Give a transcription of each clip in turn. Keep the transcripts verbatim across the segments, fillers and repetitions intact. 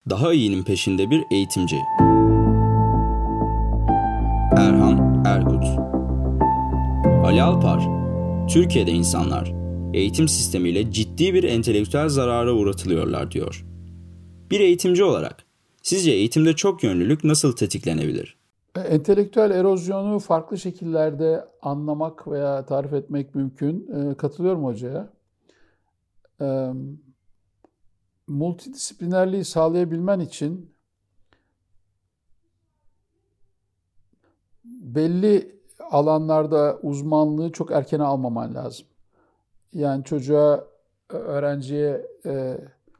Daha iyinin peşinde bir eğitimci. Erhan Erkut. Ali Alpar, Türkiye'de insanlar eğitim sistemiyle ciddi bir entelektüel zarara uğratılıyorlar diyor. Bir eğitimci olarak sizce eğitimde çok yönlülük nasıl tetiklenebilir? Entelektüel erozyonu farklı şekillerde anlamak veya tarif etmek mümkün. E, katılıyorum hocaya. E, multidisiplinerliği sağlayabilmen için belli alanlarda uzmanlığı çok erken almaman lazım. Yani çocuğa, öğrenciye e,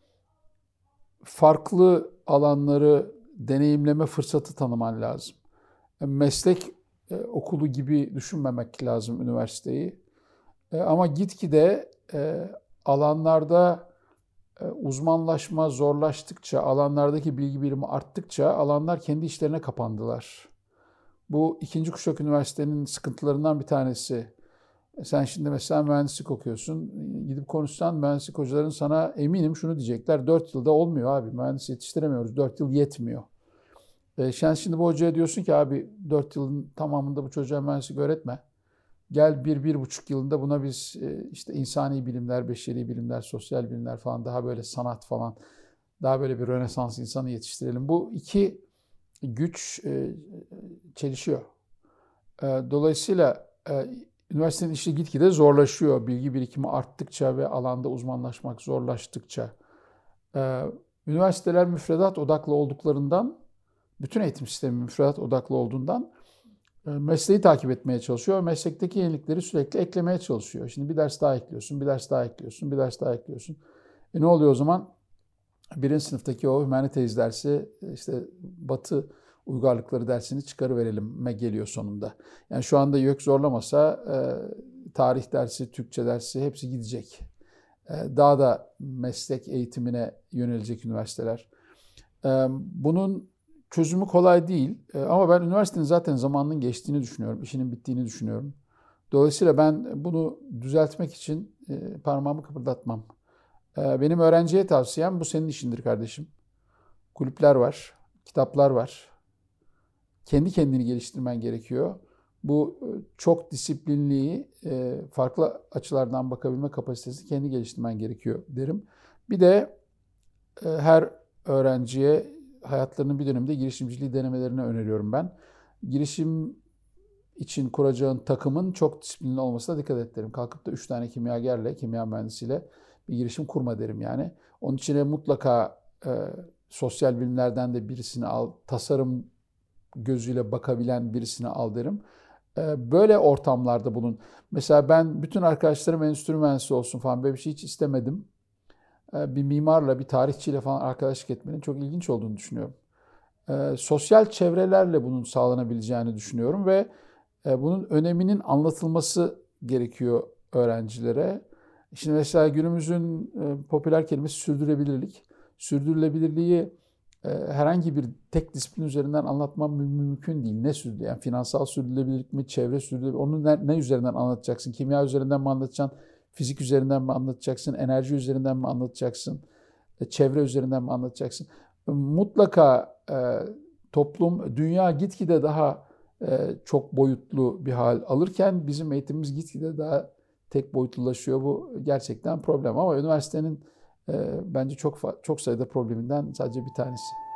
farklı alanları deneyimleme fırsatı tanıman lazım. Meslek e, okulu gibi düşünmemek lazım üniversiteyi. E, ama gitgide e, alanlarda e, uzmanlaşma zorlaştıkça, alanlardaki bilgi birimi arttıkça alanlar kendi işlerine kapandılar. Bu ikinci kuşak üniversitenin sıkıntılarından bir tanesi. E, sen şimdi mesela mühendislik okuyorsun. Gidip konuşsan mühendislik hocaların sana eminim şunu diyecekler. Dört yılda olmuyor abi. Mühendis yetiştiremiyoruz. Dört yıl yetmiyor. Sen şimdi bu hocaya diyorsun ki abi dört yılın tamamında bu çocuğa mühendislik öğretme. Gel bir, bir buçuk yılında buna biz işte insani bilimler, beşeri bilimler, sosyal bilimler falan daha böyle sanat falan daha böyle bir Rönesans insanı yetiştirelim. Bu iki güç çelişiyor. Dolayısıyla üniversitenin işi gitgide zorlaşıyor. Bilgi birikimi arttıkça ve alanda uzmanlaşmak zorlaştıkça. Üniversiteler müfredat odaklı olduklarından bütün eğitim sistemi müfredat odaklı olduğundan mesleği takip etmeye çalışıyor. Meslekteki yenilikleri sürekli eklemeye çalışıyor. Şimdi bir ders daha ekliyorsun, bir ders daha ekliyorsun, bir ders daha ekliyorsun. E ne oluyor o zaman? Birinci sınıftaki o humanities dersi işte Batı uygarlıkları dersini çıkarıverelim'e geliyor sonunda. Yani şu anda YÖK zorlamasa tarih dersi, Türkçe dersi hepsi gidecek. Daha da meslek eğitimine yönelecek üniversiteler. Bunun çözümü kolay değil ama ben üniversitenin zaten zamanının geçtiğini düşünüyorum, işinin bittiğini düşünüyorum. Dolayısıyla ben bunu düzeltmek için parmağımı kıpırdatmam. Benim öğrenciye tavsiyem bu senin işindir kardeşim. Kulüpler var, kitaplar var. Kendi kendini geliştirmen gerekiyor. Bu çok disiplinliği, farklı açılardan bakabilme kapasitesini kendi geliştirmen gerekiyor derim. Bir de her öğrenciye hayatlarının bir döneminde girişimciliği denemelerini öneriyorum ben. Girişim için kuracağın takımın çok disiplinli olmasına dikkat et derim. Kalkıp da üç tane kimyagerle, kimya mühendisiyle bir girişim kurma derim yani. Onun içine mutlaka e, sosyal bilimlerden de birisini al, tasarım gözüyle bakabilen birisini al derim. E, böyle ortamlarda bulun. Mesela ben bütün arkadaşlarım endüstri mühendisi olsun falan böyle bir şey hiç istemedim. Bir mimarla, bir tarihçiyle falan arkadaşlık etmenin çok ilginç olduğunu düşünüyorum. E, sosyal çevrelerle bunun sağlanabileceğini düşünüyorum ve e, bunun öneminin anlatılması gerekiyor öğrencilere. Şimdi mesela günümüzün e, popüler kelimesi sürdürülebilirlik. Sürdürülebilirliği e, herhangi bir tek disiplin üzerinden anlatmam mümkün değil. Ne sürdürülebilir? Yani finansal sürdürülebilirlik mi, çevre sürdürülebilirlik mi? Onu ne, ne üzerinden anlatacaksın? Kimya üzerinden mi anlatacaksın? Fizik üzerinden mi anlatacaksın? Enerji üzerinden mi anlatacaksın? Çevre üzerinden mi anlatacaksın? Mutlaka e, toplum, dünya gitgide daha e, çok boyutlu bir hal alırken bizim eğitimimiz gitgide daha tek boyutlulaşıyor. Bu gerçekten problem ama üniversitenin e, bence çok çok sayıda probleminden sadece bir tanesi.